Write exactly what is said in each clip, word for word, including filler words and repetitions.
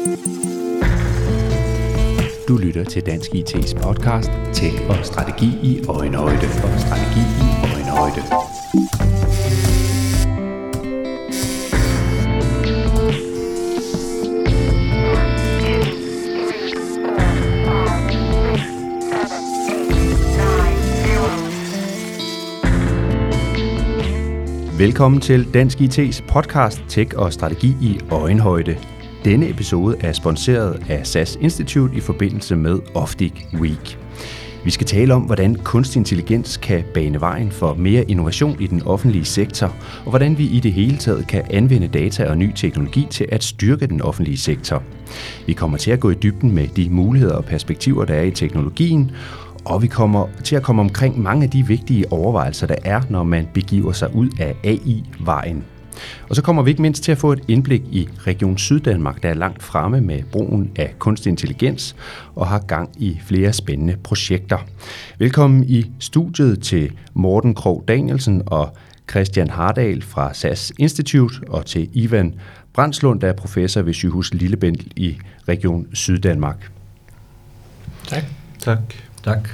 Du lytter til Dansk I T's podcast Tech og Strategi i Øjenhøjde. Og Strategi i Øjenhøjde. Velkommen til Dansk I T's podcast Tech og Strategi i Øjenhøjde. Denne episode er sponsoreret af S A S Institute i forbindelse med Oftic Week. Vi skal tale om, hvordan kunstig intelligens kan bane vejen for mere innovation i den offentlige sektor, og hvordan vi i det hele taget kan anvende data og ny teknologi til at styrke den offentlige sektor. Vi kommer til at gå i dybden med de muligheder og perspektiver, der er i teknologien, og vi kommer til at komme omkring mange af de vigtige overvejelser, der er, når man begiver sig ud af A I-vejen. Og så kommer vi ikke mindst til at få et indblik i Region Syddanmark, der er langt fremme med brugen af kunstig intelligens og har gang i flere spændende projekter. Velkommen i studiet til Morten Krogh Danielsen og Christian Hardal fra S A S Institute og til Ivan Brandslund, der er professor ved Sygehus Lillebælt i Region Syddanmark. Tak. Tak. Tak.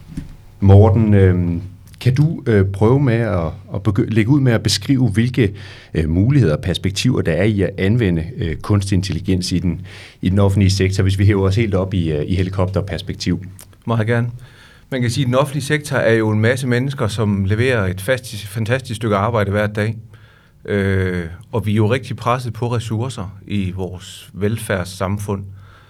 Morten, øh, kan du øh, prøve med at, at begy- lægge ud med at beskrive, hvilke øh, muligheder og perspektiver der er i at anvende øh, kunstig intelligens i den, i den offentlige sektor, hvis vi hæver os helt op i, øh, i helikopterperspektiv? Meget gerne. Man kan sige, at den offentlige sektor er jo en masse mennesker, som leverer et fast, fantastisk stykke arbejde hver dag. Øh, og vi er jo rigtig presset på ressourcer i vores velfærdssamfund.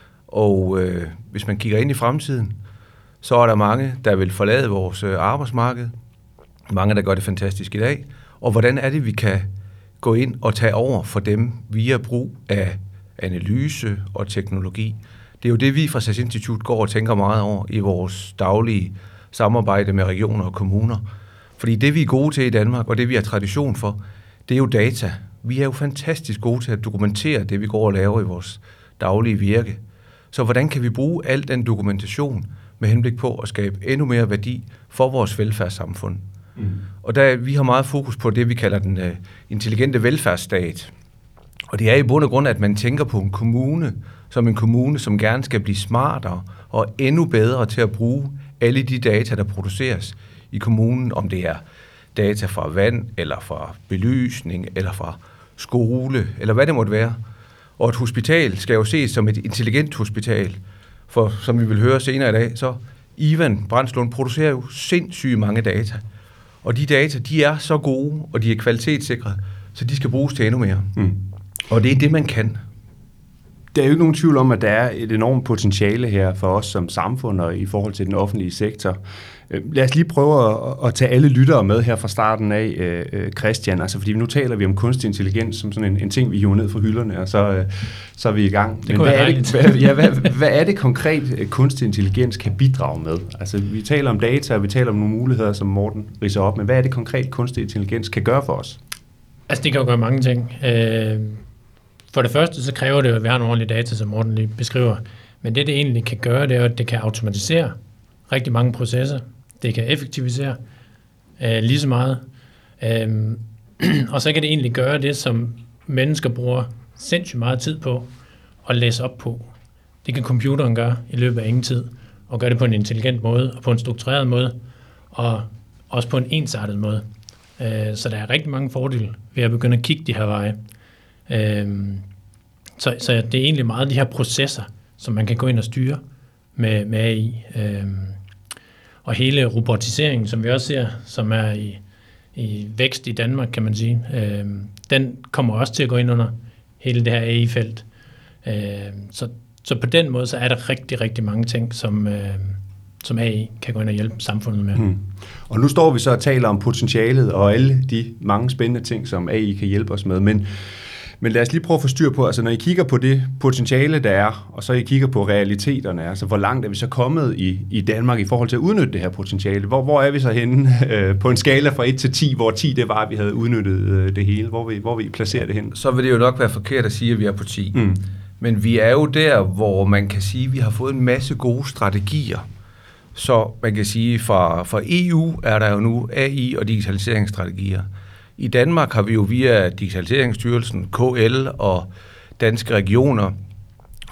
Og øh, hvis man kigger ind i fremtiden, så er der mange, der vil forlade vores arbejdsmarked. Mange, der gør det fantastisk i dag. Og hvordan er det, vi kan gå ind og tage over for dem via brug af analyse og teknologi? Det er jo det, vi fra S A S Institute går og tænker meget over i vores daglige samarbejde med regioner og kommuner. Fordi det, vi er gode til i Danmark, og det, vi har tradition for, det er jo data. Vi er jo fantastisk gode til at dokumentere det, vi går og laver i vores daglige virke. Så hvordan kan vi bruge al den dokumentation med henblik på at skabe endnu mere værdi for vores velfærdssamfund? Mm. Og der, vi har meget fokus på det, vi kalder den uh, intelligente velfærdsstat. Og det er i bund og grund, at man tænker på en kommune som en kommune, som gerne skal blive smartere og endnu bedre til at bruge alle de data, der produceres i kommunen, om det er data fra vand, eller fra belysning, eller fra skole, eller hvad det måtte være. Og et hospital skal jo ses som et intelligent hospital. For som vi vil høre senere i dag, så Ivan Brandslund producerer jo sindssygt mange data. Og de data, de er så gode, og de er kvalitetssikret, så de skal bruges til endnu mere. Mm. Og det er det, man kan. Der er jo ikke nogen tvivl om, at der er et enormt potentiale her for os som samfund og i forhold til den offentlige sektor. Lad os lige prøve at, at tage alle lyttere med her fra starten af, Christian. Altså, fordi nu taler vi om kunstig intelligens som sådan en, en ting, vi hiver ned fra hylderne, og så, så er vi i gang. Det Men hvad er det, hvad, ja, hvad, hvad er det konkret, kunstig intelligens kan bidrage med? Altså, vi taler om data, og vi taler om nogle muligheder, som Morten ridser op, men hvad er det konkret, kunstig intelligens kan gøre for os? Altså, det kan jo gøre mange ting. For det første, så kræver det jo, at vi har nogle ordentlige data, som Morten lige beskriver. Men det, det egentlig kan gøre, det er, at det kan automatisere rigtig mange processer. Det kan effektivisere øh, lige så meget. Øhm, og så kan det egentlig gøre det, som mennesker bruger sindssygt meget tid på at læse op på. Det kan computeren gøre i løbet af ingen tid, og gøre det på en intelligent måde, og på en struktureret måde, og også på en ensartet måde. Øh, så der er rigtig mange fordele ved at begynde at kigge de her veje. Øhm, så, så det er egentlig meget de her processer, som man kan gå ind og styre med, med A I. Øhm, og hele robotiseringen, som vi også ser, som er i, i vækst i Danmark, kan man sige, øhm, den kommer også til at gå ind under hele det her A I-felt. Øhm, så, så på den måde, så er der rigtig, rigtig mange ting, som, øhm, som A I kan gå ind og hjælpe samfundet med. Mm. Og nu står vi så og taler om potentialet og alle de mange spændende ting, som A I kan hjælpe os med, men Men lad os lige prøve at få styr på, altså når I kigger på det potentiale, der er, og så I kigger på realiteterne, altså hvor langt er vi så kommet i, i Danmark i forhold til at udnytte det her potentiale? Hvor, hvor er vi så henne øh, på en skala fra et til ti, hvor ti det var, at vi havde udnyttet øh, det hele? Hvor vil, hvor vil I placere det hen? Så vil det jo nok være forkert at sige, at vi er på ti. Mm. Men vi er jo der, hvor man kan sige, at vi har fået en masse gode strategier. Så man kan sige, fra, fra E U er der jo nu A I og digitaliseringsstrategier. I Danmark har vi jo via Digitaliseringsstyrelsen, K L og Danske Regioner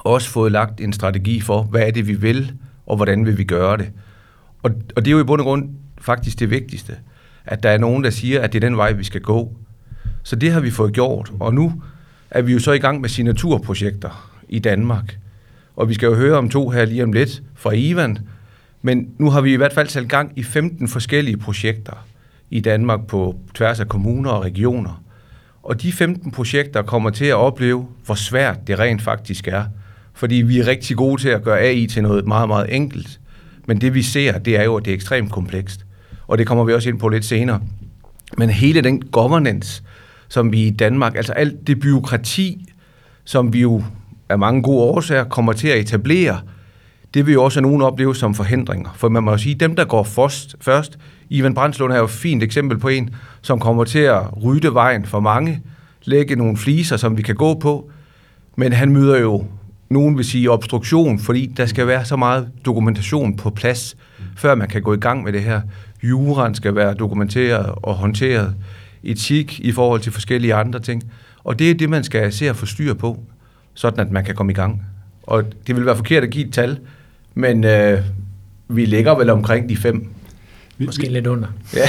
også fået lagt en strategi for, hvad er det, vi vil, og hvordan vil vi gøre det. Og, og det er jo i bund og grund faktisk det vigtigste, at der er nogen, der siger, at det er den vej, vi skal gå. Så det har vi fået gjort, og nu er vi jo så i gang med signaturprojekter i Danmark. Og vi skal jo høre om to her lige om lidt fra Ivan, men nu har vi i hvert fald sat gang i femten forskellige projekter i Danmark på tværs af kommuner og regioner. Og de femten projekter kommer til at opleve, hvor svært det rent faktisk er. Fordi vi er rigtig gode til at gøre A I til noget meget, meget enkelt. Men det vi ser, det er jo, at det er ekstremt komplekst. Og det kommer vi også ind på lidt senere. Men hele den governance, som vi i Danmark, altså alt det byråkrati, som vi jo af mange gode årsager kommer til at etablere, det vil jo også nogen opleve som forhindringer. For man må jo sige, dem der går først, først Ivan Brandslund er jo et fint eksempel på en, som kommer til at rydde vejen for mange, lægge nogle fliser, som vi kan gå på, men han møder jo, nogen vil sige obstruktion, fordi der skal være så meget dokumentation på plads, før man kan gå i gang med det her. Juraen skal være dokumenteret og håndteret, etik i forhold til forskellige andre ting, og det er det, man skal se at få styr på, sådan at man kan komme i gang. Og det vil være forkert at give et tal, men øh, vi ligger vel omkring de fem. Måske lidt under. Ja.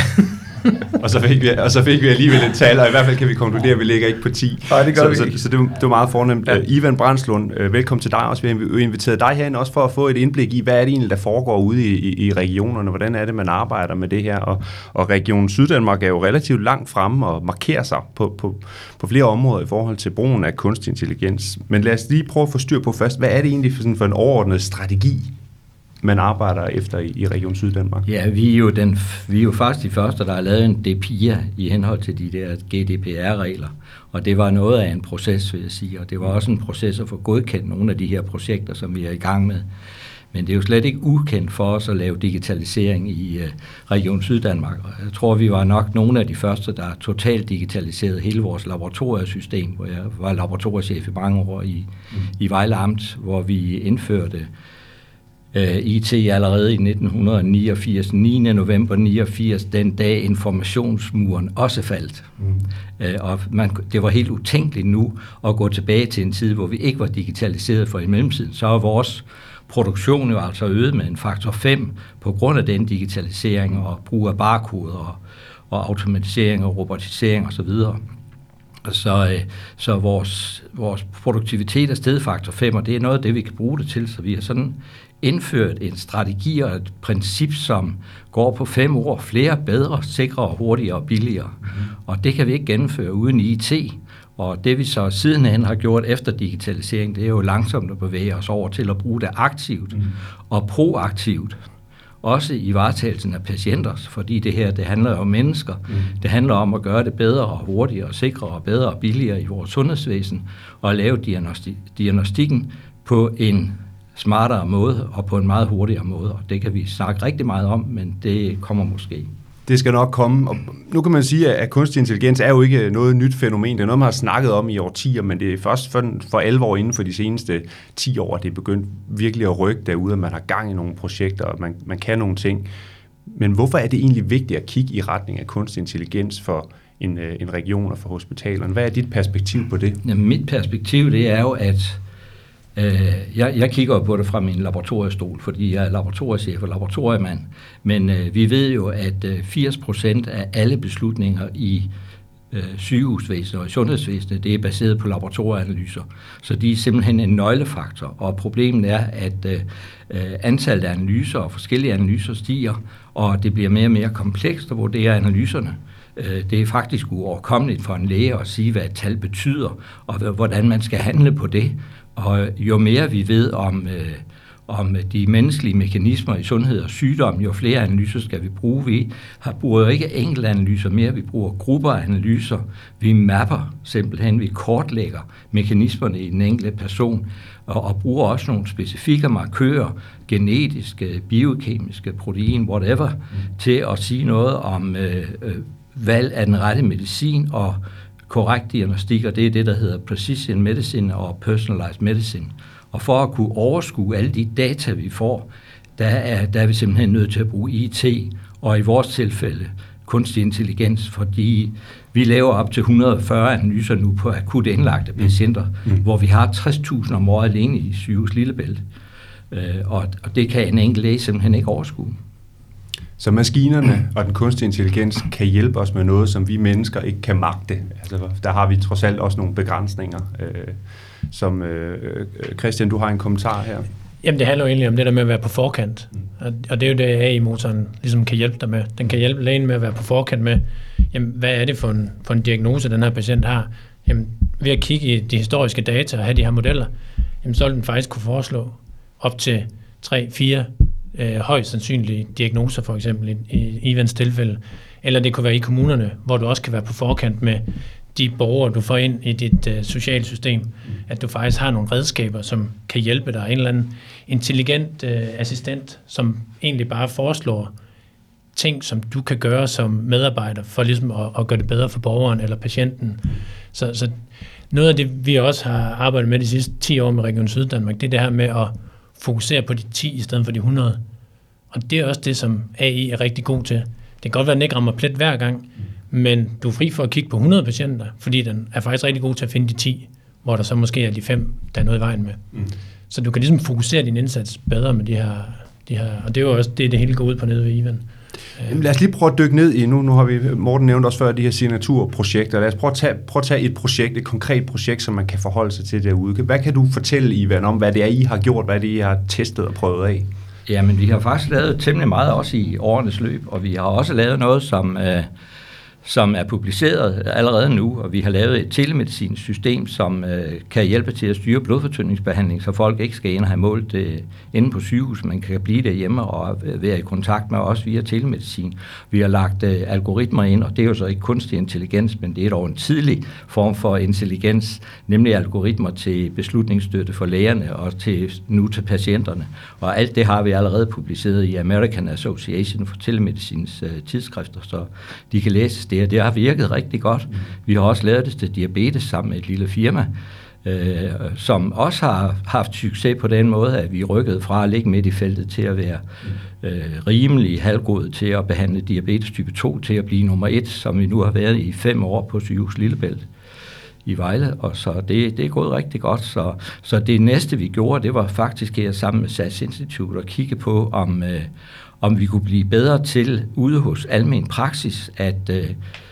og, så fik vi, og så fik vi alligevel et tal, og i hvert fald kan vi konkludere, at vi ligger ikke på ti. Nej, det gør så, vi så, ikke. så, så det, det var meget fornemt. Ja. Uh, Ivan Brandslund, uh, velkommen til dig også. Vi har inviteret dig herinde også for at få et indblik i, hvad er det egentlig, der foregår ude i, i, i regionerne? Hvordan er det, man arbejder med det her? Og, og Region Syddanmark er jo relativt langt fremme og markerer sig på, på, på flere områder i forhold til brugen af kunstig intelligens. Men lad os lige prøve at få styr på først. Hvad er det egentlig for, sådan, for en overordnet strategi, man arbejder efter i, i Region Syddanmark? Ja, vi er, jo den, vi er jo faktisk de første, der har lavet en D P I A i henhold til de der G D P R-regler, og det var noget af en proces, vil jeg sige, og det var også en proces at få godkendt nogle af de her projekter, som vi er i gang med. Men det er jo slet ikke ukendt for os at lave digitalisering i uh, Region Syddanmark. Jeg tror, vi var nok nogle af de første, der totalt digitaliserede hele vores laboratoriesystem, hvor jeg var laboratoriechef i mange år i, mm. i Vejle Amt, hvor vi indførte I T allerede i nitten niogfirs, niende november niogfirs, den dag informationsmuren også faldt. Mm. Og man, det var helt utænkeligt nu at gå tilbage til en tid, hvor vi ikke var digitaliseret, for i mellemtiden så er vores produktion jo altså øget med en faktor fem på grund af den digitalisering og brug af barkoder og, og automatisering og robotisering osv. Så, så vores, vores produktivitet er steget faktor fem, og det er noget af det, vi kan bruge det til, så vi har sådan indført en strategi og et princip, som går på fem år, flere, bedre, sikrere, hurtigere og billigere. Mm. Og det kan vi ikke gennemføre uden I T. Og det vi så sidenhen har gjort efter digitalisering, det er jo langsomt at bevæge os over til at bruge det aktivt mm. og proaktivt. Også i varetagelsen af patienter, fordi det her, det handler om mennesker. Mm. Det handler om at gøre det bedre og hurtigere og sikrere og bedre og billigere i vores sundhedsvæsen og lave diagnosti- diagnostikken på en smartere måde og på en meget hurtigere måde. Og det kan vi snakke rigtig meget om, men det kommer måske. Det skal nok komme. Og nu kan man sige, at kunstig intelligens er jo ikke noget nyt fænomen. Det er noget, man har snakket om i årtier, men det er først for, for alvor inden for de seneste ti år, det er begyndt virkelig at rykke derude, at man har gang i nogle projekter, og man, man kan nogle ting. Men hvorfor er det egentlig vigtigt at kigge i retning af kunstig intelligens for en, en region og for hospitalerne? Hvad er dit perspektiv på det? Jamen, mit perspektiv, det er jo, at øh, jeg, jeg kigger på det fra min laboratoriestol, fordi jeg er laboratoriechef og laboratoriemand. Men øh, vi ved jo, at øh, firs procent af alle beslutninger i øh, sygehusvæsenet og i sundhedsvæsenet, det er baseret på laboratorieanalyser. Så de er simpelthen en nøglefaktor, og problemet er, at øh, antallet af analyser og forskellige analyser stiger, og det bliver mere og mere komplekst at vurdere analyserne. Det er faktisk uoverkommeligt for en læge at sige, hvad et tal betyder, og hvordan man skal handle på det. Og jo mere vi ved om, øh, om de menneskelige mekanismer i sundhed og sygdom, jo flere analyser skal vi bruge. Vi har, bruger jo ikke enkelte analyser mere, vi bruger grupper af analyser. Vi mapper simpelthen, vi kortlægger mekanismerne i den enkelte person, og, og bruger også nogle specifikke markører, genetiske, biokemiske, protein, whatever, mm. til at sige noget om øh, øh, valg af den rette medicin og korrekt diagnostik, og det er det, der hedder precision medicine og personalized medicine. Og for at kunne overskue alle de data, vi får, der er, der er vi simpelthen nødt til at bruge I T, og i vores tilfælde kunstig intelligens, fordi vi laver op til et hundrede og fyrre analyser nu på akut indlagte patienter, mm. Mm. hvor vi har tres tusind om året alene i Sygehus Lillebælt. Øh, og, og det kan en enkelt læge simpelthen ikke overskue. Så maskinerne og den kunstige intelligens kan hjælpe os med noget, som vi mennesker ikke kan magte. Altså, der har vi trods alt også nogle begrænsninger. Øh, som øh, Christian, du har en kommentar her. Jamen, det handler jo egentlig om det der med at være på forkant. Og, og det er jo det, A I-motoren ligesom kan hjælpe dig med. Den kan hjælpe lægen med at være på forkant med, jamen, hvad er det for en, for en diagnose, den her patient har. Jamen, ved at kigge i de historiske data og have de her modeller, jamen, så vil den faktisk kunne foreslå op til tre, fire øh, højst sandsynlige diagnoser, for eksempel i, i Ivans tilfælde. Eller det kunne være i kommunerne, hvor du også kan være på forkant med de borgere, du får ind i dit øh, sociale system, at du faktisk har nogle redskaber, som kan hjælpe dig. En eller anden intelligent øh, assistent, som egentlig bare foreslår ting, som du kan gøre som medarbejder, for ligesom at, at gøre det bedre for borgeren eller patienten. Så, så noget af det, vi også har arbejdet med de sidste ti år med Region Syddanmark, det er det her med at fokusere på de ti i stedet for de hundrede. Og det er også det, som A I er rigtig god til. Det kan godt være, at den ikke rammer plet hver gang, men du er fri for at kigge på hundrede patienter, fordi den er faktisk rigtig god til at finde de ti, hvor der så måske er de fem, der er noget i vejen med. Mm. Så du kan ligesom fokusere din indsats bedre med de her, de her og det er jo også det, det hele går ud på nede ved Ivan. Jamen, lad os lige prøve at dykke ned i, nu, nu har vi, Morten nævnt også før, de her signaturprojekter. Lad os prøve at, tage, prøve at tage et projekt, et konkret projekt, som man kan forholde sig til derude. Hvad kan du fortælle, Ivan, om hvad det er, I har gjort, hvad det er, I har testet og prøvet af? Jamen, vi har faktisk lavet temmelig meget også i årenes løb, og vi har også lavet noget, som... Øh, som er publiceret allerede nu, og vi har lavet et telemedicinsk system, som øh, kan hjælpe til at styre blodfortyndningsbehandling, så folk ikke skal ind og have målt det inde på sygehuset, men kan blive derhjemme og være i kontakt med os via telemedicin. Vi har lagt øh, algoritmer ind, og det er jo så ikke kunstig intelligens, men det er dog en tidlig form for intelligens, nemlig algoritmer til beslutningsstøtte for lægerne og til, nu til patienterne. Og alt det har vi allerede publiceret i American Association for Telemedicins øh, tidsskrifter, så de kan læses det. Det har virket rigtig godt. Vi har også lavet det til diabetes sammen med et lille firma, øh, som også har haft succes på den måde, at vi rykkede fra at ligge midt i feltet til at være øh, rimelig halvgode til at behandle diabetes type to til at blive nummer et, som vi nu har været i fem år på Sygehus Lillebælt i Vejle, og så det, det er gået rigtig godt. Så, så det næste, vi gjorde, det var faktisk her sammen med S A S Institute at kigge på, om, øh, om vi kunne blive bedre til ude hos almen praksis at, øh,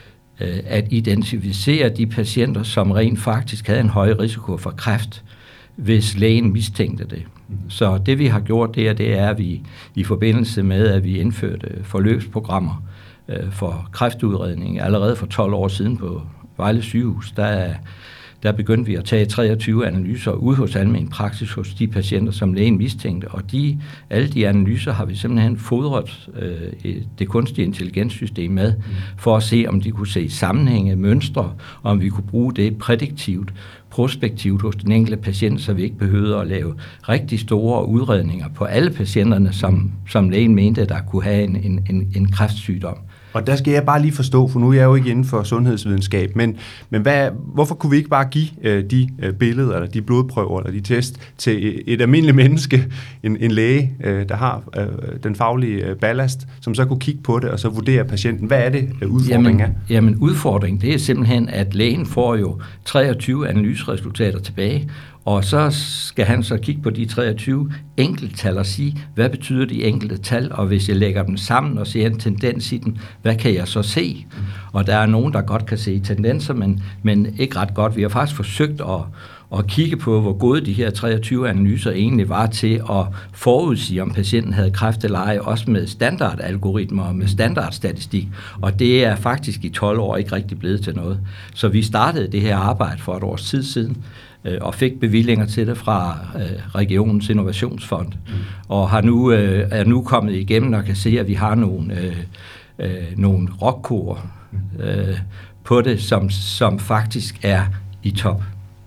at identificere de patienter, som rent faktisk havde en høj risiko for kræft, hvis lægen mistænkte det. Så det, vi har gjort, det er, det er, at vi i forbindelse med, at vi indførte forløbsprogrammer øh, for kræftudredning allerede for tolv år siden på Vejle Sygehus, der, der begyndte vi at tage treogtyve analyser ud hos almen praksis hos de patienter, som lægen mistænkte, og de, alle de analyser har vi simpelthen fodret øh, det kunstige intelligenssystem med, for at se, om de kunne se sammenhænge, mønstre, og om vi kunne bruge det prædiktivt, prospektivt hos den enkelte patient, så vi ikke behøvede at lave rigtig store udredninger på alle patienterne, som, som lægen mente, der kunne have en, en, en, en kræftsygdom. Og der skal jeg bare lige forstå, for nu er jeg jo ikke inden for sundhedsvidenskab, men, men hvad, hvorfor kunne vi ikke bare give øh, de øh, billeder, eller de blodprøver, eller de test til et almindeligt menneske, en, en læge, øh, der har øh, den faglige øh, ballast, som så kunne kigge på det, og så vurdere patienten. Hvad er det, øh, udfordringen er? Jamen, jamen udfordringen, det er simpelthen, at lægen får jo treogtyve analyseresultater tilbage, og så skal han så kigge på de treogtyve enkelttal og sige, hvad betyder de enkelte tal, og hvis jeg lægger dem sammen og ser en tendens i dem, hvad kan jeg så se? Mm. Og der er nogen, der godt kan se tendenser, men, men ikke ret godt. Vi har faktisk forsøgt at, at kigge på, hvor gode de her treogtyve analyser egentlig var til at forudsige, om patienten havde kræft eller ej, også med standardalgoritmer og med standardstatistik. Og det er faktisk i tolv år ikke rigtig blevet til noget. Så vi startede det her arbejde for et års tid siden, og fik bevillinger til det fra øh, regionens innovationsfond, mm. og har nu, øh, er nu kommet igennem og kan se, at vi har nogle, øh, øh, nogle rockkorer øh, på det, som, som faktisk er i top.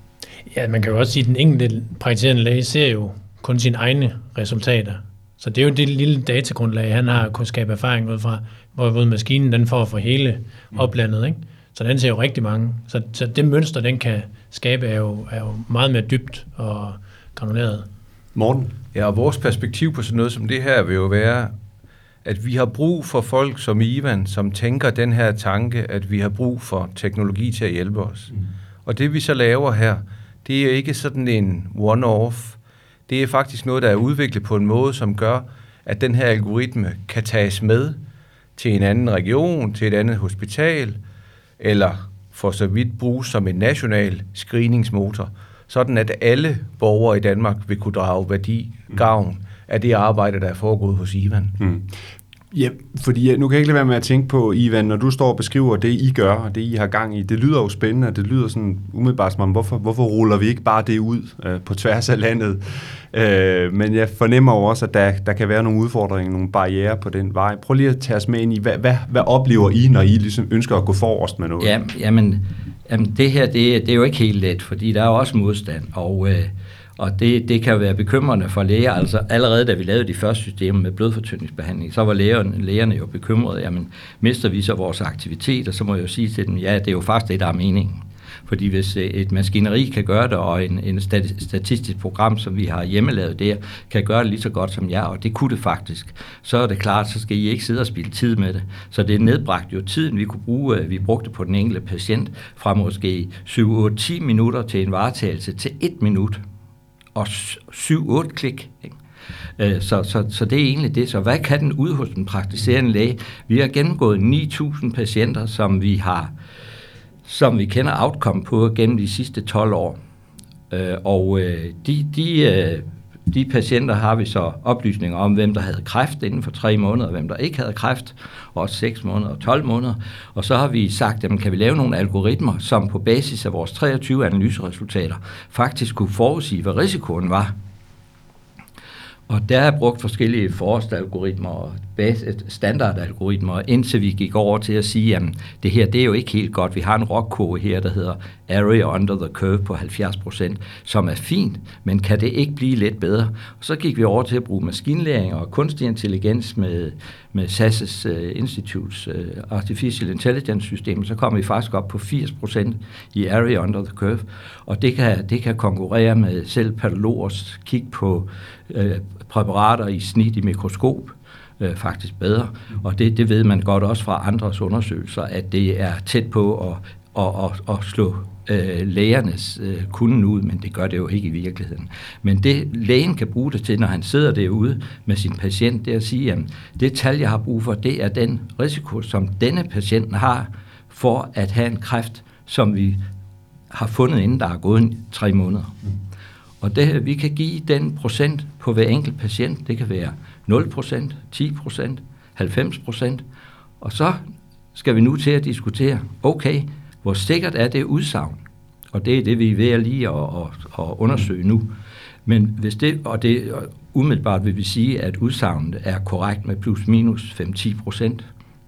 Ja, man kan jo også sige, at den enkelte praktiserende læge ser jo kun sine egne resultater. Så det er jo det lille datagrundlag, han har kunnet skabe erfaring ud fra, hvorimod maskinen den får for hele oplandet, ikke? Så den ser jo rigtig mange. Så, så det mønster, den kan skabe, er jo, er jo meget mere dybt og granuleret. Morten? Ja, og vores perspektiv på sådan noget som det her vil jo være, at vi har brug for folk som Ivan, som tænker den her tanke, at vi har brug for teknologi til at hjælpe os. Mm. Og det vi så laver her, det er ikke sådan en one-off. Det er faktisk noget, der er udviklet på en måde, som gør, at den her algoritme kan tages med til en anden region, til et andet hospital, eller for så vidt bruges som en national screeningsmotor, sådan at alle borgere i Danmark vil kunne drage værdi, gavn af det arbejde, der er foregået hos Ivan. Mm. Ja, fordi nu kan jeg ikke lade være med at tænke på, Ivan, når du står og beskriver det, I gør, og det, I har gang i, det lyder jo spændende, og det lyder sådan umiddelbart som om, hvorfor, hvorfor ruller vi ikke bare det ud øh, på tværs af landet? Øh, men jeg fornemmer jo også, at der, der kan være nogle udfordringer, nogle barrierer på den vej. Prøv lige at tage os med ind i, hvad, hvad, hvad oplever I, når I ligesom ønsker at gå forrest med noget? Ja, jamen, jamen det her, det, det er jo ikke helt let, fordi der er også modstand, og... Øh, Og det, det kan jo være bekymrende for læger. Altså allerede da vi lavede de første systemer med blodfortyndningsbehandling, så var lægerne, lægerne jo bekymrede. Jamen, mister vi så vores aktivitet? Og så må jeg jo sige til dem, ja, det er jo faktisk det, der er meningen. Fordi hvis et maskineri kan gøre det, og en, en statistisk program, som vi har hjemmelavet der, kan gøre det lige så godt som jer, og det kunne det faktisk, så er det klart, så skal I ikke sidde og spille tid med det. Så det er nedbragt jo tiden, vi kunne bruge, vi brugte på den enkelte patient, fra måske syv otte ti minutter til en varetagelse til et minut. Og syv otte klik. Ikke? Så, så, så det er egentlig det. Så hvad kan den ude hos den praktiserende læge? Vi har gennemgået ni tusind patienter, som vi har, som vi kender outcome på gennem de sidste tolv år. Og de, de, de patienter har vi så oplysninger om, hvem der havde kræft inden for tre måneder, og hvem der ikke havde kræft, også seks måneder og tolv måneder. Og så har vi sagt, at kan vi lave nogle algoritmer, som på basis af vores treogtyve analyseresultater faktisk kunne forudsige, hvad risikoen var. Og der er brugt forskellige forårsalgoritmer og standardalgoritmer, indtil vi gik over til at sige, at det her det er jo ikke helt godt. Vi har en R O C-kurve her, der hedder Area Under the Curve på halvfjerds procent, som er fint, men kan det ikke blive lidt bedre? Og så gik vi over til at bruge maskinlæring og kunstig intelligens med, med S A S uh, Institutes uh, Artificial Intelligence system, så kom vi faktisk op på firs procent i Area Under the Curve, og det kan, det kan konkurrere med selv patologers kig på uh, præparater i snit i mikroskop, øh, faktisk bedre. Og det, det ved man godt også fra andres undersøgelser, at det er tæt på at, at, at, at slå øh, lægernes øh, kunden ud, men det gør det jo ikke i virkeligheden. Men det lægen kan bruge det til, når han sidder derude med sin patient, det er at sige, at det tal, jeg har brug for, det er den risiko, som denne patient har for at have en kræft, som vi har fundet, inden der er gået tre måneder. Og det, vi kan give den procent på hver enkelt patient. Det kan være nul procent, ti procent, halvfems procent. Og så skal vi nu til at diskutere, okay, hvor sikkert er det udsagn? Og det er det, vi er ved at lige at, at, at undersøge nu. Men hvis det, og det umiddelbart vil vi sige, at udsagnet er korrekt med plus minus fem til ti procent.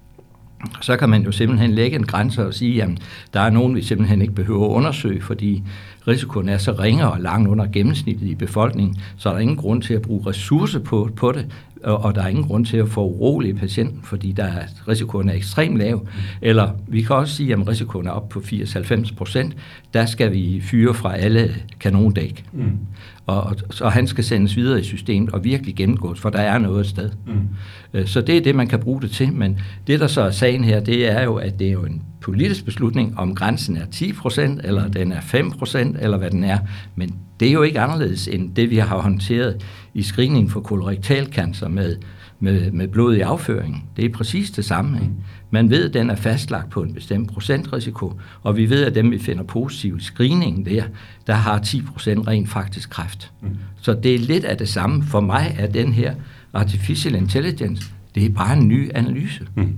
Så kan man jo simpelthen lægge en grænse og sige, at der er nogen, vi simpelthen ikke behøver at undersøge, fordi risikoen er så ringe og langt under gennemsnittet i befolkningen, så er der ingen grund til at bruge ressourcer på, på det, og, og der er ingen grund til at få urolige patienten, fordi der er, risikoen er ekstremt lav. Eller vi kan også sige, at risikoen er op på firs til halvfems procent. Der skal vi fyre fra alle kanondæk. Mm. Og, og, så han skal sendes videre i systemet og virkelig gennemgås, for der er noget et sted. Mm. Så det er det, man kan bruge det til. Men det, der så er sagen her, det er jo, at det er jo en politisk beslutning, om grænsen er ti procent, eller den er fem procent, eller hvad den er. Men det er jo ikke anderledes end det, vi har håndteret i screening for kolorektalcancer med, med, med blod i afføringen. Det er præcis det samme. Ikke? Man ved, at den er fastlagt på en bestemt procentrisiko, og vi ved, at dem, vi finder positiv i screeningen der, der har ti procent rent faktisk kræft. Mm. Så det er lidt af det samme. For mig er den her artificial intelligence, det er bare en ny analyse. Mm.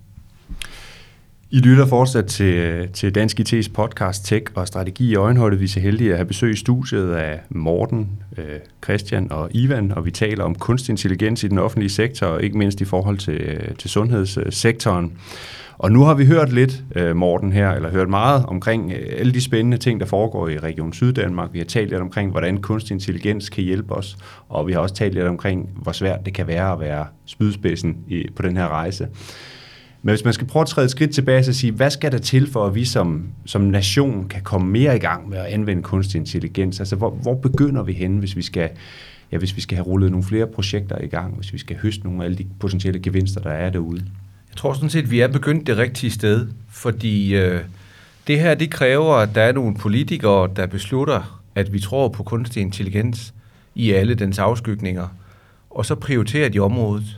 I lytter fortsat til, til Dansk I T's podcast Tech og Strategi i Øjenhøjde. Vi er så heldige at have besøg i studiet af Morten, øh, Christian og Ivan, og vi taler om kunstig intelligens i den offentlige sektor, og ikke mindst i forhold til, til sundhedssektoren. Og nu har vi hørt lidt, øh, Morten her, eller hørt meget omkring øh, alle de spændende ting, der foregår i Region Syddanmark. Vi har talt lidt omkring, hvordan kunstig intelligens kan hjælpe os, og vi har også talt lidt omkring, hvor svært det kan være at være spydspidsen i, på den her rejse. Men hvis man skal prøve at træde et skridt tilbage og sige, hvad skal der til for, at vi som, som nation kan komme mere i gang med at anvende kunstig intelligens? Altså, hvor, hvor begynder vi henne, hvis vi skal, ja, hvis vi skal have rullet nogle flere projekter i gang, hvis vi skal høste nogle af alle de potentielle gevinster, der er derude? Jeg tror sådan set, at vi er begyndt det rigtige sted, fordi øh, det her, det kræver, at der er nogle politikere, der beslutter, at vi tror på kunstig intelligens i alle dens afskygninger, og så prioriterer de området.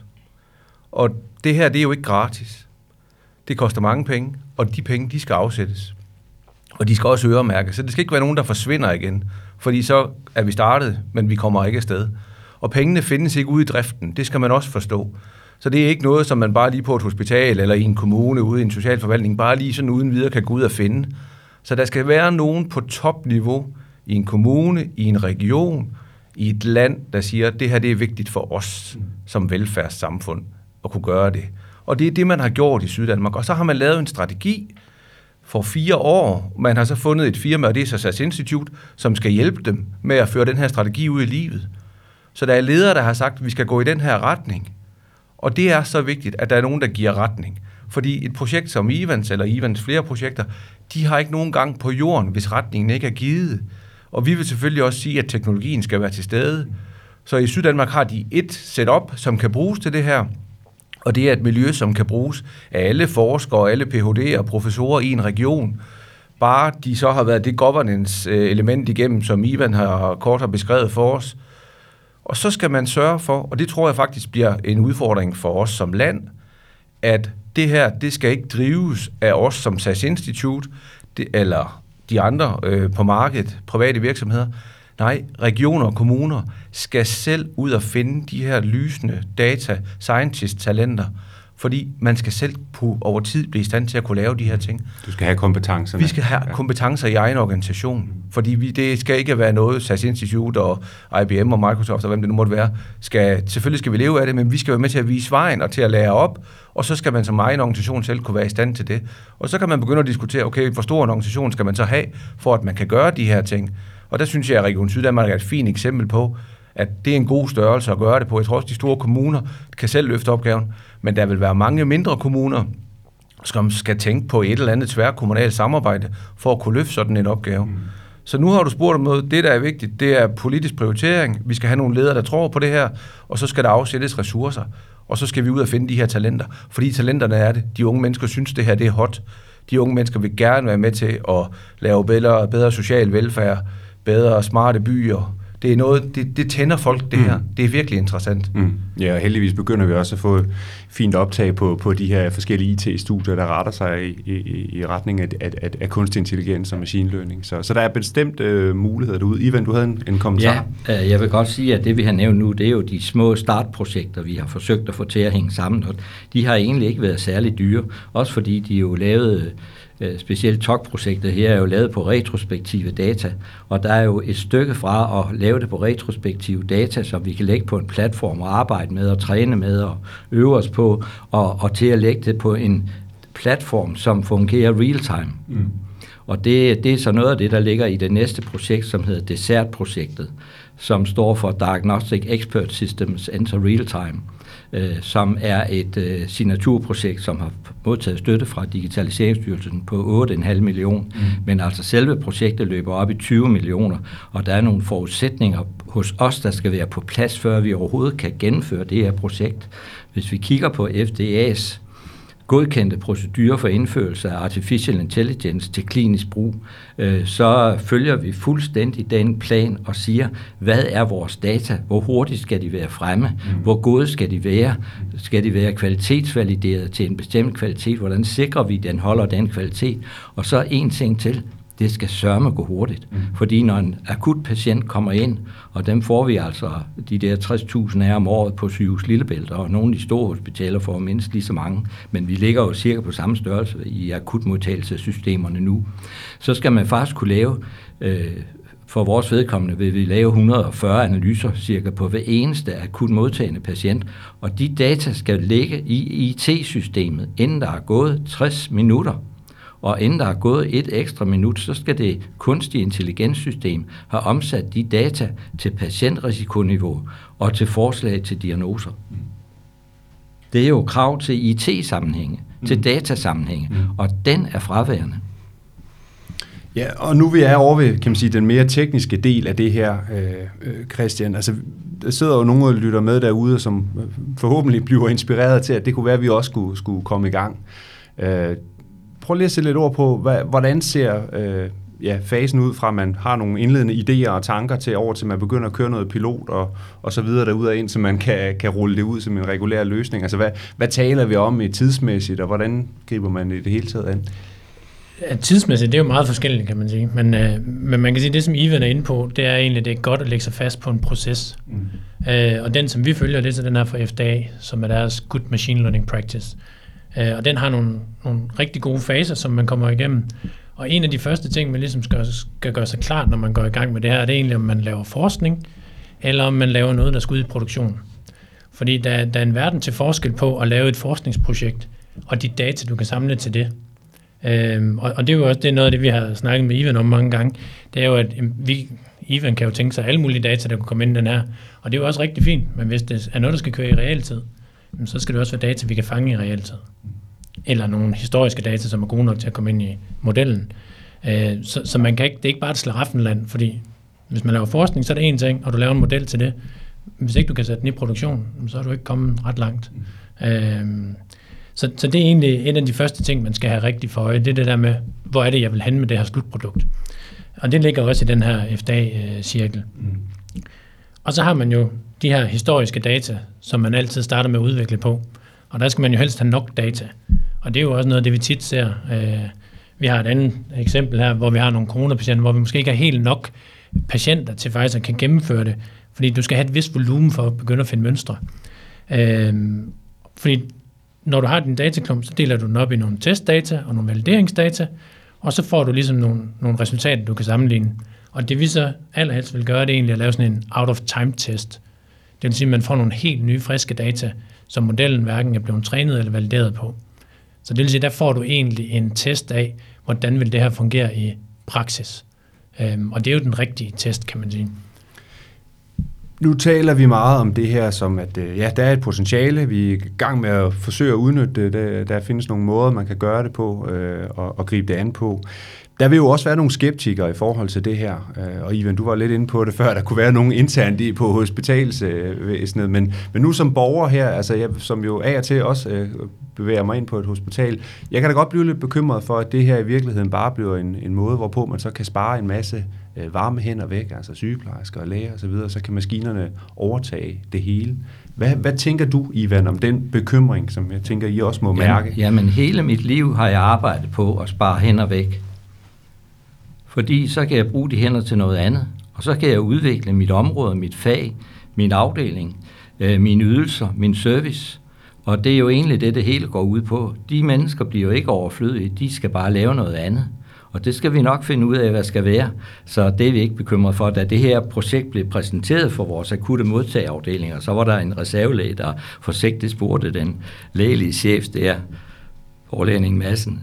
Og det her, det er jo ikke gratis. Det koster mange penge, og de penge, de skal afsættes. Og de skal også øremærkes, så det skal ikke være nogen, der forsvinder igen, fordi så er vi startet, men vi kommer ikke afsted. Og pengene findes ikke ude i driften, det skal man også forstå. Så det er ikke noget, som man bare lige på et hospital eller i en kommune ude i en socialforvaltning, bare lige sådan uden videre kan gå ud og finde. Så der skal være nogen på topniveau i en kommune, i en region, i et land, der siger, at det her det er vigtigt for os som velfærdssamfund at kunne gøre det. Og det er det, man har gjort i Syddanmark. Og så har man lavet en strategi for fire år. Man har så fundet et firma, og det er så S A S Institute, som skal hjælpe dem med at føre den her strategi ud i livet. Så der er ledere, der har sagt, at vi skal gå i den her retning. Og det er så vigtigt, at der er nogen, der giver retning. Fordi et projekt som Ivans, eller Ivans flere projekter, de har ikke nogen gang på jorden, hvis retningen ikke er givet. Og vi vil selvfølgelig også sige, at teknologien skal være til stede. Så i Syddanmark har de et setup, som kan bruges til det her, og det er et miljø, som kan bruges af alle forskere, alle P H D'er og professorer i en region. Bare de så har været det governance-element igennem, som Ivan har kort har beskrevet for os. Og så skal man sørge for, og det tror jeg faktisk bliver en udfordring for os som land, at det her, det skal ikke drives af os som S A S Institute, det, eller de andre øh, på markedet, private virksomheder. Nej, regioner og kommuner skal selv ud og finde de her lysende data scientist-talenter, fordi man skal selv på, over tid blive i stand til at kunne lave de her ting. Du skal have kompetencer. Vi skal have ja. kompetencer i egen organisation, fordi vi, det skal ikke være noget, S A S Institute og I B M og Microsoft og hvem det nu måtte være, skal, selvfølgelig skal vi leve af det, men vi skal være med til at vise vejen og til at lære op, og så skal man som egen organisation selv kunne være i stand til det. Og så kan man begynde at diskutere, okay, hvor stor en organisation skal man så have, for at man kan gøre de her ting. Og der synes jeg, at Region Syddanmark er et fint eksempel på, at det er en god størrelse at gøre det på. Jeg tror også, de store kommuner kan selv løfte opgaven, men der vil være mange mindre kommuner, som skal tænke på et eller andet tværkommunalt samarbejde for at kunne løfte sådan en opgave. Mm. Så nu har du spurgt om noget. Det, der er vigtigt, det er politisk prioritering. Vi skal have nogle ledere, der tror på det her, og så skal der afsættes ressourcer, og så skal vi ud og finde de her talenter. Fordi talenterne er det. De unge mennesker synes, det her det er hot. De unge mennesker vil gerne være med til at lave bedre, bedre social velfærd, bedre smarte byer. Det er noget, det, det tænder folk, det her. Mm. Det er virkelig interessant. Mm. Ja, og heldigvis begynder vi også at få fint optag på, på de her forskellige I T-studier, der retter sig i, i, i retning af, af, af, af kunstig intelligens og machine learning. Så, så der er bestemt øh, muligheder derude. Ivan, du havde en, en kommentar? Ja, øh, jeg vil godt sige, at det vi har nævnt nu, det er jo de små startprojekter, vi har forsøgt at få til at hænge sammen. Og de har egentlig ikke været særlig dyre, også fordi de jo lavede specielt T O C-projektet her er jo lavet på retrospektive data, og der er jo et stykke fra at lave det på retrospektive data, som vi kan lægge på en platform og arbejde med og træne med og øve os på, og, og til at lægge det på en platform, som fungerer real-time. Mm. Og det, det er så noget af det, der ligger i det næste projekt, som hedder DESERT-projektet, som står for Diagnostic Expert Systems Enter Real-Time, øh, som er et øh, signaturprojekt, som har modtaget støtte fra Digitaliseringsstyrelsen på otte komma fem millioner, mm. men altså selve projektet løber op i tyve millioner, og der er nogle forudsætninger hos os, der skal være på plads, før vi overhovedet kan gennemføre det her projekt. Hvis vi kigger på F D A's godkendte procedurer for indførelse af artificial intelligence til klinisk brug, øh, så følger vi fuldstændig den plan og siger, hvad er vores data, hvor hurtigt skal de være fremme, mm. hvor gode skal de være, skal de være kvalitetsvalideret til en bestemt kvalitet, hvordan sikrer vi, at den holder den kvalitet, og så en ting til, det skal sørme gå hurtigt, mm. fordi når en akut patient kommer ind, og dem får vi altså de der tres tusind af om året på Sygehus Lillebælt, og nogle af de store hospitaler får mindst lige så mange, men vi ligger jo cirka på samme størrelse i akutmodtagelsessystemerne nu, så skal man faktisk kunne lave, øh, for vores vedkommende vil vi lave et hundrede og fyrre analyser cirka på hver eneste akut modtagende patient, og de data skal ligge i I T-systemet, inden der er gået tres minutter. Og inden der er gået et ekstra minut, så skal det kunstige intelligenssystem have omsat de data til patientrisikoniveau og til forslag til diagnoser. Det er jo krav til I T-sammenhænge. mm. til datasammenhænge, mm. og den er fraværende. Ja, og nu vi er over ved, kan man sige, den mere tekniske del af det her, øh, Christian. Altså, der sidder jo nogen og lytter med derude, som forhåbentlig bliver inspireret til, at det kunne være, at vi også skulle, skulle komme i gang. Øh, prøv lige at sætte lidt ord på, hvad, hvordan ser øh, ja, fasen ud fra, at man har nogle indledende idéer og tanker til over, til man begynder at køre noget pilot og, og så videre derudad ind, så man kan, kan rulle det ud som en regulær løsning. Altså, hvad, hvad taler vi om i tidsmæssigt, og hvordan griber man i det hele taget an? Ja, tidsmæssigt, det er jo meget forskelligt, kan man sige. Men, øh, men man kan sige, at det, som Ivan er inde på, det er egentlig, det er godt at lægge sig fast på en proces. Mm. Øh, og den, som vi følger, det er så den her fra F D A, som er deres Good Machine Learning Practice. Øh, og den har nogle, nogle rigtig gode faser, som man kommer igennem. Og en af de første ting, man ligesom skal, skal gøre sig klart, når man går i gang med det her, det er egentlig, om man laver forskning, eller om man laver noget, der skal ud i produktion. Fordi der, der er en verden til forskel på at lave et forskningsprojekt, og de data, du kan samle til det. Øhm, og, og det er jo også det er noget af det, vi har snakket med Ivan om mange gange. Det er jo, at vi, Ivan kan jo tænke sig alle mulige data, der kunne komme ind i den her. Og det er jo også rigtig fint, men hvis det er noget, der skal køre i realtid, så skal det også være data, vi kan fange i realtid. Eller nogle historiske data, som er gode nok til at komme ind i modellen. Øh, så, så man kan ikke, det er ikke bare et slaraffenland, fordi hvis man laver forskning, så er det en ting, og du laver en model til det. Hvis ikke du kan sætte den i produktion, så er du ikke kommet ret langt. Øh, Så, så det er egentlig en af de første ting, man skal have rigtig for øje. Det er det der med, hvor er det, jeg vil hen med det her slutprodukt. Og det ligger også i den her F D A-cirkel. Mm. Og så har man jo de her historiske data, som man altid starter med at udvikle på. Og der skal man jo helst have nok data. Og det er jo også noget af det, vi tit ser. Vi har et andet eksempel her, hvor vi har nogle coronapatienter, hvor vi måske ikke har helt nok patienter til faktisk at kan gennemføre det. Fordi du skal have et vist volumen for at begynde at finde mønstre. Fordi når du har din dataklump, så deler du den op i nogle testdata og nogle valideringsdata, og så får du ligesom nogle, nogle resultater, du kan sammenligne. Og det vi så allerhelst vil gøre, det er egentlig at lave sådan en out-of-time-test. Det vil sige, at man får nogle helt nye, friske data, som modellen hverken er blevet trænet eller valideret på. Så det vil sige, der får du egentlig en test af, hvordan vil det her fungere i praksis. Øhm, og det er jo den rigtige test, kan man sige. Nu taler vi meget om det her som, at ja, der er et potentiale. Vi er i gang med at forsøge at udnytte det. Der findes nogle måder, man kan gøre det på øh, og, og gribe det an på. Der vil jo også være nogle skeptikere i forhold til det her. Og Ivan, du var lidt inde på det før, der kunne være nogen internt på hospitalsvæsenet. Men, men nu som borger her, altså jeg, som jo af og til også øh, bevæger mig ind på et hospital, jeg kan da godt blive lidt bekymret for, at det her i virkeligheden bare bliver en, en måde, hvorpå man så kan spare en masse øh, varme hænder væk, altså sygeplejersker og læger osv., så, så kan maskinerne overtage det hele. Hvad, hvad tænker du, Ivan, om den bekymring, som jeg tænker, I også må mærke? Jamen, jamen hele mit liv har jeg arbejdet på at spare hænder væk. Fordi så kan jeg bruge de hænder til noget andet, og så kan jeg udvikle mit område, mit fag, min afdeling, øh, mine ydelser, min service. Og det er jo egentlig det, det hele går ud på. De mennesker bliver jo ikke overflødige, de skal bare lave noget andet. Og det skal vi nok finde ud af, hvad skal være. Så det er vi ikke bekymret for. Da det her projekt blev præsenteret for vores akutte modtageafdelinger, så var der en reservelæge, der forsigtigt spurgte den lægelige chef der, overlægning Madsen,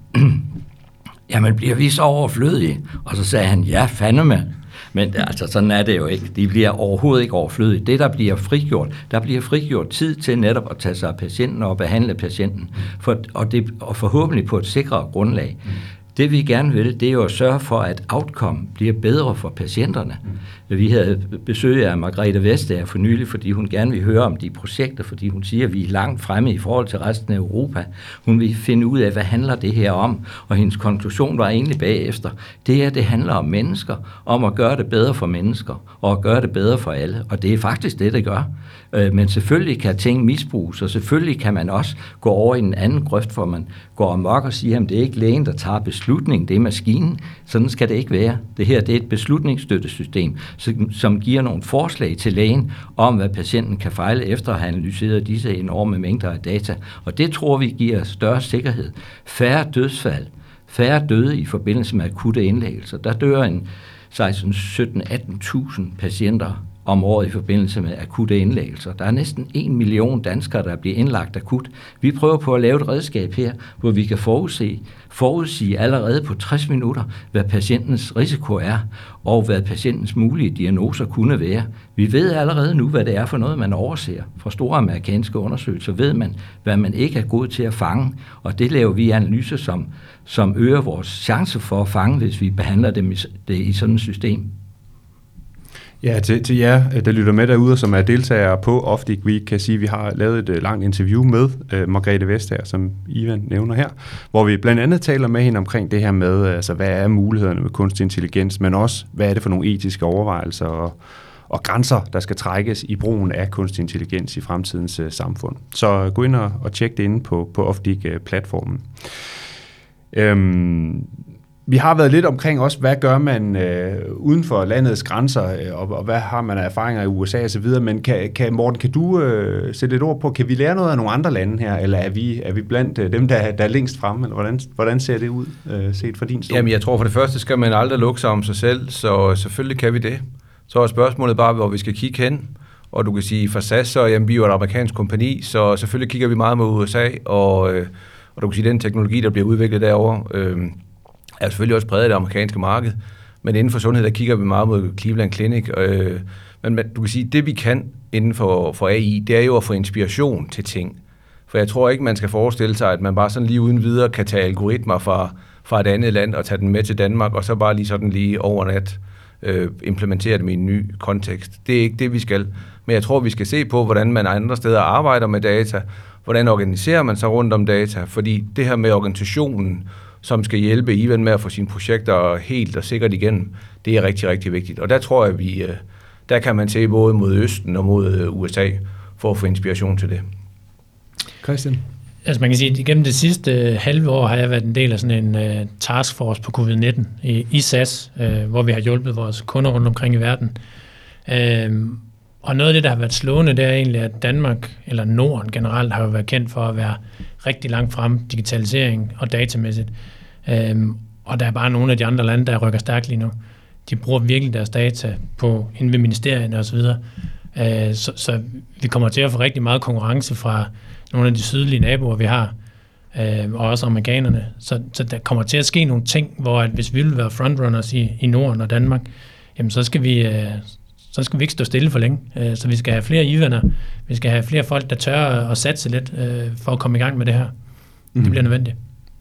jamen bliver vi så overflødige? Og så sagde han, ja, fandeme. Men altså, sådan er det jo ikke. De bliver overhovedet ikke overflødige. Det, der bliver frigjort, der bliver frigjort tid til netop at tage sig af patienten og behandle patienten. For, og, det, og forhåbentlig på et sikrere grundlag. Det vi gerne vil, det er jo at sørge for, at outcome bliver bedre for patienterne. Mm. Vi havde besøg af Margrethe Vestager for nylig, fordi hun gerne vil høre om de projekter, fordi hun siger, at vi er langt fremme i forhold til resten af Europa. Hun vil finde ud af, hvad handler det her om, og hendes konklusion var egentlig bagefter. Det er, det handler om mennesker, om at gøre det bedre for mennesker, og at gøre det bedre for alle. Og det er faktisk det, det gør. Men selvfølgelig kan ting misbruges, og selvfølgelig kan man også gå over i en anden grøft, hvor man går amok og siger, at det er ikke lægen, der tager beslutningen, det er maskinen. Sådan skal det ikke være. Det her det er et beslutningsstøttesystem, som giver nogle forslag til lægen om, hvad patienten kan fejle efter at have analyseret disse enorme mængder af data. Og det tror vi giver større sikkerhed. Færre dødsfald, færre døde i forbindelse med akutte indlæggelser. Der dør en seksten, sytten, atten tusind patienter om året i forbindelse med akutte indlæggelser. Der er næsten en million danskere, der bliver indlagt akut. Vi prøver på at lave et redskab her, hvor vi kan forudse, forudsige allerede på tres minutter, hvad patientens risiko er, og hvad patientens mulige diagnoser kunne være. Vi ved allerede nu, hvad det er for noget, man overser. Fra store amerikanske undersøgelser ved man, hvad man ikke er god til at fange, og det laver vi analyser, som, som øger vores chance for at fange, hvis vi behandler dem i, det i sådan et system. Ja, til, til jer, der lytter med derude, som er deltagere på Optic Week, kan sige, at vi har lavet et langt interview med uh, Margrethe Vestager, som Ivan nævner her, hvor vi blandt andet taler med hende omkring det her med, altså, hvad er mulighederne med kunstig intelligens, men også, hvad er det for nogle etiske overvejelser og, og grænser, der skal trækkes i brugen af kunstig intelligens i fremtidens uh, samfund. Så gå ind og, og tjek det inde på, på Optic-platformen. Øhm, Vi har været lidt omkring også, hvad gør man øh, uden for landets grænser, øh, og, og hvad har man af erfaringer i U S A og så videre, men kan, kan, Morten, kan du øh, sætte et ord på, kan vi lære noget af nogle andre lande her, eller er vi, er vi blandt øh, dem, der, der er længst fremme, eller hvordan, hvordan ser det ud, øh, set fra din stol? Jamen, jeg tror for det første skal man aldrig lukke sig om sig selv, så selvfølgelig kan vi det. Så er spørgsmålet bare, hvor vi skal kigge hen, og du kan sige, for S A S, så jamen, vi er jo et amerikansk kompagni, så selvfølgelig kigger vi meget mod U S A, og, øh, og du kan sige, den teknologi, der bliver udviklet derovre, øh, er selvfølgelig også præget af det amerikanske marked, men inden for sundhed, der kigger vi meget mod Cleveland Clinic. Øh, men du kan sige, det vi kan inden for, for A I, det er jo at få inspiration til ting. For jeg tror ikke, man skal forestille sig, at man bare sådan lige uden videre kan tage algoritmer fra, fra et andet land og tage den med til Danmark, og så bare lige sådan lige overnat øh, implementere dem i en ny kontekst. Det er ikke det, vi skal. Men jeg tror, vi skal se på, hvordan man andre steder arbejder med data, hvordan organiserer man sig rundt om data, fordi det her med organisationen, som skal hjælpe Ivan med at få sine projekter helt og sikkert igennem, det er rigtig, rigtig vigtigt. Og der tror jeg, vi, der kan man se både mod Østen og mod U S A for at få inspiration til det. Christian? Altså man kan sige, at igennem det sidste halve år har jeg været en del af sådan en uh, taskforce på covid nitten i, i S A S, uh, hvor vi har hjulpet vores kunder rundt omkring i verden. Uh, og noget af det, der har været slående, det er egentlig, at Danmark, eller Norden generelt, har jo været kendt for at være rigtig langt frem, digitalisering og datamæssigt. Øhm, og der er bare nogle af de andre lande, der rykker stærkt lige nu. De bruger virkelig deres data på inde ved ministerierne osv. Øh, så, så vi kommer til at få rigtig meget konkurrence fra nogle af de sydlige naboer, vi har, øh, og også amerikanerne. Så, så der kommer til at ske nogle ting, hvor at hvis vi vil være frontrunners i, i Norden og Danmark, jamen så skal vi... Øh, så skal vi ikke stå stille for længe. Så vi skal have flere Ivaner, vi skal have flere folk, der tør at satse lidt for at komme i gang med det her. Mm. Det bliver nødvendigt.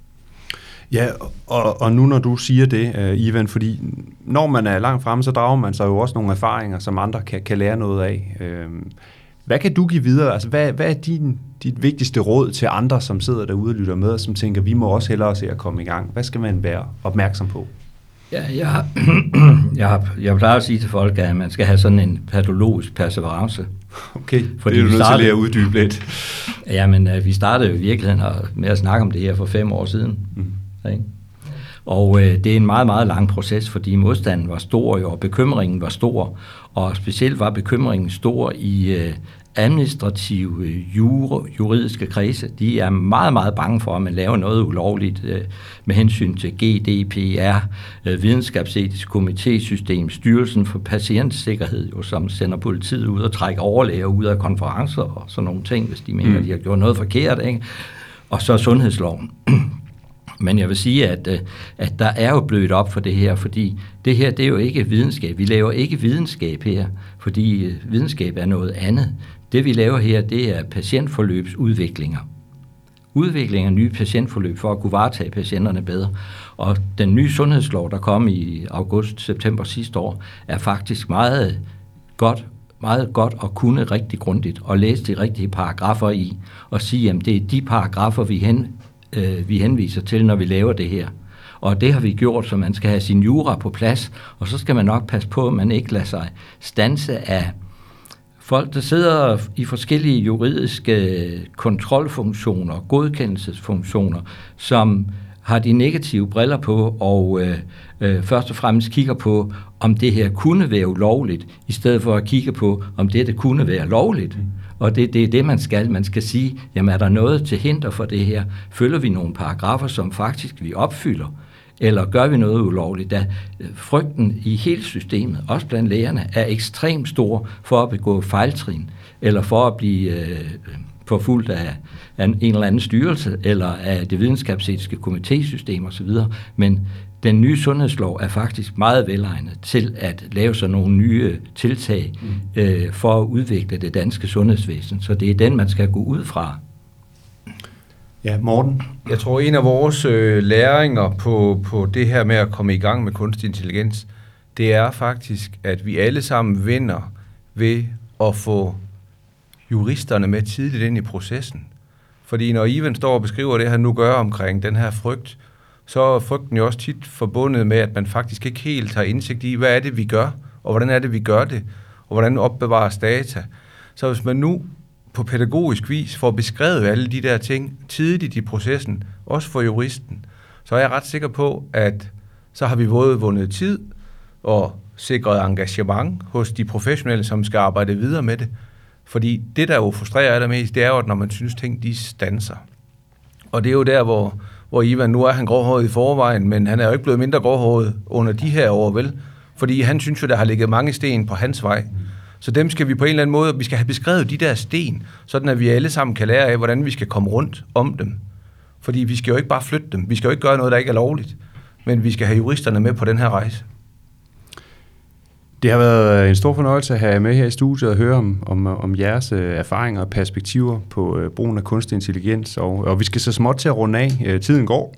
Ja, og, og nu når du siger det, Ivan, fordi når man er langt fremme, så drager man sig jo også nogle erfaringer, som andre kan, kan lære noget af. Hvad kan du give videre? Altså, hvad, hvad er din, dit vigtigste råd til andre, som sidder derude og lytter med, og som tænker, vi må også hellere se at komme i gang? Hvad skal man være opmærksom på? Ja, jeg, jeg, jeg plejer at sige til folk, at man skal have sådan en patologisk perseverance. Okay, fordi det er du nødt til at uddybe lidt. Ja, men uh, vi startede jo i virkeligheden med at snakke om det her for fem år siden. Mm. Ikke? Og uh, det er en meget, meget lang proces, fordi modstanden var stor, jo, og bekymringen var stor. Og specielt var bekymringen stor i uh, administrative, jure, juridiske kredse. De er meget, meget bange for, at man laver noget ulovligt øh, med hensyn til G D P R, øh, videnskabsetisk komitésystem, Styrelsen for Patientsikkerhed, jo, som sender politiet ud og trækker overlæger ud af konferencer og sådan nogle ting, hvis de mener, mm. de har gjort noget forkert. Ikke? Og så sundhedsloven. Men jeg vil sige, at, at der er jo blødt op for det her, fordi det her, det er jo ikke videnskab. Vi laver ikke videnskab her, fordi videnskab er noget andet. Det vi laver her, det er patientforløbsudviklinger. Udvikling af nye patientforløb for at kunne varetage patienterne bedre. Og den nye sundhedslov, der kom i august-september sidste år, er faktisk meget godt, meget godt at kunne rigtig grundigt og læse de rigtige paragrafer i og sige, at det er de paragrafer, vi hen vi henviser til, når vi laver det her. Og det har vi gjort, så man skal have sin jura på plads, og så skal man nok passe på, at man ikke lader sig standse af folk, der sidder i forskellige juridiske kontrolfunktioner, godkendelsesfunktioner, som har de negative briller på, og øh, øh, først og fremmest kigger på, om det her kunne være ulovligt, i stedet for at kigge på, om det, det kunne være lovligt. Og det, det er det, man skal. Man skal sige, jamen er der noget til hinder for det her? Følger vi nogle paragrafer, som faktisk vi opfylder? eller gør vi noget ulovligt, da frygten i hele systemet, også blandt lægerne, er ekstremt stor for at begå fejltrin, eller for at blive øh, forfulgt af, af en eller anden styrelse, eller af det videnskabsetiske komitésystem osv., men den nye sundhedslov er faktisk meget velegnet til at lave sådan nogle nye tiltag mm. øh, for at udvikle det danske sundhedsvæsen. Så det er den, man skal gå ud fra. Ja, Morten? Jeg tror, en af vores øh, læringer på, på det her med at komme i gang med kunstig intelligens, det er faktisk, at vi alle sammen vinder ved at få juristerne med tidligt ind i processen. Fordi når Ivan står og beskriver det, han nu gør omkring den her frygt, så er frygten jo også tit forbundet med, at man faktisk ikke helt har indsigt i, hvad er det, vi gør, og hvordan er det, vi gør det, og hvordan opbevares data. Så hvis man nu på pædagogisk vis får beskrevet alle de der ting tidligt i processen, også for juristen, så er jeg ret sikker på, at så har vi både vundet tid og sikret engagement hos de professionelle, som skal arbejde videre med det. Fordi det, der jo frustrerer allermest, det er jo, at når man synes, ting de standser. Og det er jo der, hvor, hvor Ivan, nu er han gråhåret i forvejen, men han er jo ikke blevet mindre gråhåret under de her år, vel? Fordi han synes jo, der har ligget mange sten på hans vej. Så dem skal vi på en eller anden måde, vi skal have beskrevet de der sten, sådan at vi alle sammen kan lære af, hvordan vi skal komme rundt om dem. Fordi vi skal jo ikke bare flytte dem, vi skal jo ikke gøre noget, der ikke er lovligt, men vi skal have juristerne med på den her rejse. Det har været en stor fornøjelse at have med her i studiet og høre om, om, om jeres erfaringer og perspektiver på uh, brugen af kunstig intelligens, og, og vi skal så småt til at runde af. Uh, tiden går.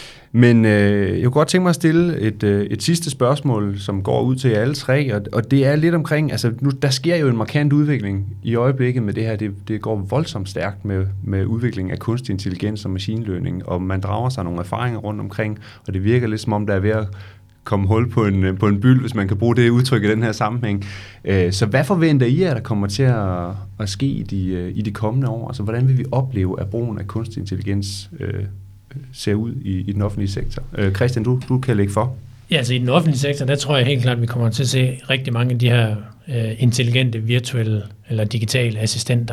Men øh, jeg kunne godt tænke mig at stille et, øh, et sidste spørgsmål, som går ud til alle tre, og, og det er lidt omkring, altså nu, der sker jo en markant udvikling i øjeblikket med det her, det, det går voldsomt stærkt med, med udviklingen af kunstig intelligens og machine learning, og man drager sig nogle erfaringer rundt omkring, og det virker lidt som om, der er ved at komme hul på en, på en byld, hvis man kan bruge det udtryk i den her sammenhæng. Øh, så hvad forventer I, at der kommer til at, at ske i de, i de kommende år? Altså hvordan vil vi opleve, at brugen af kunstig intelligens øh, ser ud i, i den offentlige sektor? Øh, Christian, du, du kan lægge for. Ja, altså i den offentlige sektor, der tror jeg helt klart, at vi kommer til at se rigtig mange af de her øh, intelligente, virtuelle eller digitale assistenter.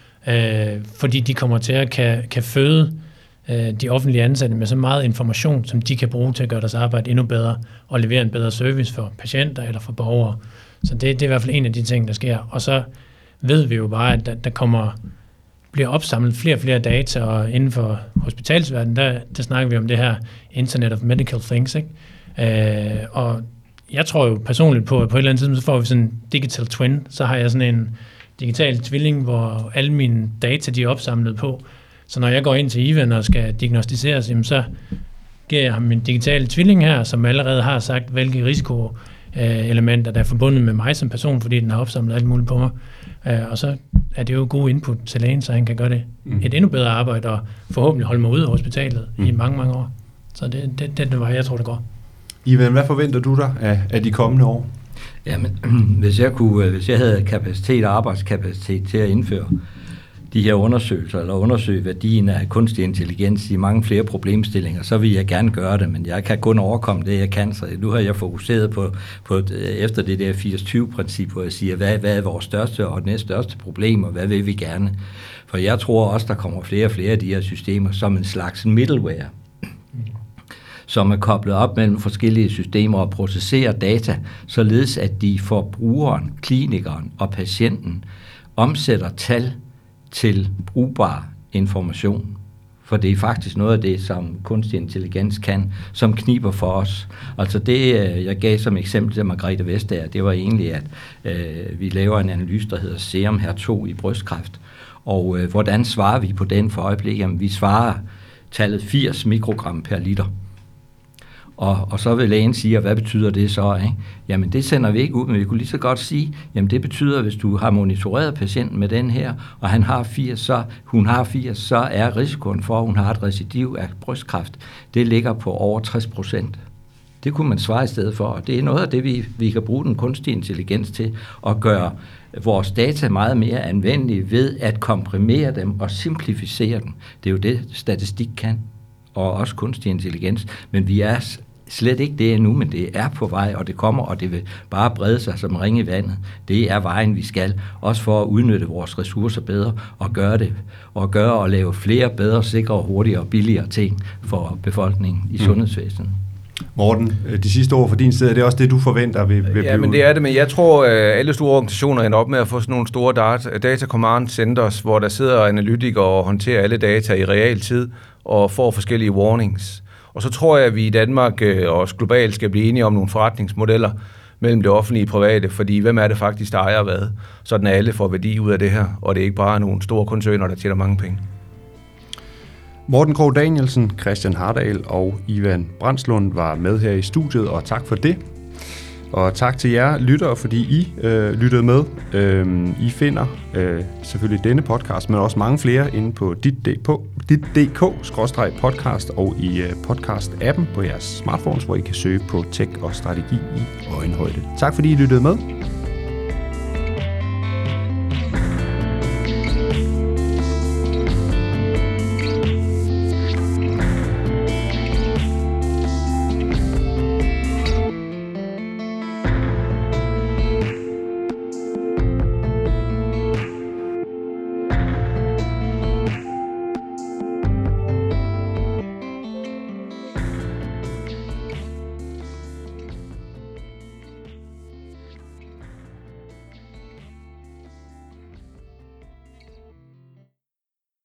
Øh, fordi de kommer til at kan, kan føde øh, de offentlige ansatte med så meget information, som de kan bruge til at gøre deres arbejde endnu bedre og levere en bedre service for patienter eller for borgere. Så det, det er i hvert fald en af de ting, der sker. Og så ved vi jo bare, at der, der kommer bliver opsamlet flere og flere data, og inden for hospitalsverdenen, der, der snakker vi om det her Internet of Medical Things, ikke? Øh, og jeg tror jo personligt på, at på et eller andet tidspunkt, så får vi sådan en digital twin, så har jeg sådan en digital tvilling, hvor alle mine data, de er opsamlet på. Så når jeg går ind til Ivan og skal diagnostiseres, jamen så giver jeg ham min digitale tvilling her, som allerede har sagt, hvilke risikoelementer, der er forbundet med mig som person, fordi den har opsamlet alt muligt på mig. Og så er det jo god input til lægen, så han kan gøre det mm. et endnu bedre arbejde, og forhåbentlig holde mig ude af hospitalet mm. i mange, mange år. Så det, det, det er den vej, jeg tror, det går. Ivan, hvad forventer du dig af, af de kommende år? Jamen, hvis jeg, kunne, hvis jeg havde kapacitet og arbejdskapacitet til at indføre de her undersøgelser, eller undersøge værdien af kunstig intelligens i mange flere problemstillinger, så vil jeg gerne gøre det, men jeg kan kun overkomme det, jeg kan. Så nu har jeg fokuseret på, på efter det der firs tyve-princip, hvor jeg siger, hvad, hvad er vores største og næststørste problem, og hvad vil vi gerne? For jeg tror også, der kommer flere og flere af de her systemer som en slags middleware, som er koblet op mellem forskellige systemer og processerer data, således at de for brugeren, klinikeren og patienten omsætter tal til brugbar information. For det er faktisk noget af det, som kunstig intelligens kan, som kniber for os. Altså det, jeg gav som eksempel til Margrethe Vestager, det var egentlig, at øh, vi laver en analyse, der hedder Serum H E R to i brystkræft. Og øh, hvordan svarer vi på den for øjeblikket? Jamen, vi svarer tallet firs mikrogram per liter. Og, og så vil lægen sige, hvad betyder det så? Ikke? Jamen det sender vi ikke ud, men vi kunne lige så godt sige, jamen det betyder, at hvis du har monitoreret patienten med den her, og han har firs, så, hun har firs, så er risikoen for, at hun har et recidiv af brystkræft, det ligger på over tres procent. Det kunne man svare i stedet for, og det er noget af det, vi, vi kan bruge den kunstige intelligens til, at gøre vores data meget mere anvendelige ved at komprimere dem og simplificere dem. Det er jo det, statistik kan, og også kunstig intelligens, men vi er slet ikke det endnu, men det er på vej, og det kommer, og det vil bare brede sig som ringe i vandet. Det er vejen, vi skal, også for at udnytte vores ressourcer bedre, og gøre det, og gøre og lave flere bedre, sikre, hurtigere og billigere ting for befolkningen i sundhedsvæsenet. Morten, de sidste år for din side, er det også det, du forventer vil, vil Ja, men det er det, men jeg tror, at alle store organisationer ender op med at få sådan nogle store data, data command centers, hvor der sidder analytikere og håndterer alle data i realtid og får forskellige warnings. Og så tror jeg, at vi i Danmark og også globalt skal blive enige om nogle forretningsmodeller mellem det offentlige og private, fordi hvem er det faktisk, der ejer hvad? Sådan at alle får værdi ud af det her, og det er ikke bare nogle store koncerner, der tjener mange penge. Morten Krogh Danielsen, Christian Hardal og Ivan Brandslund var med her i studiet, og tak for det. Og tak til jer lyttere, fordi I øh, lyttede med. Øh, I finder øh, selvfølgelig denne podcast, men også mange flere inde på dit punktum d k skråstreg podcast og i øh, podcast-appen på jeres smartphones, hvor I kan søge på tech og strategi i øjenhøjde. Tak fordi I lyttede med.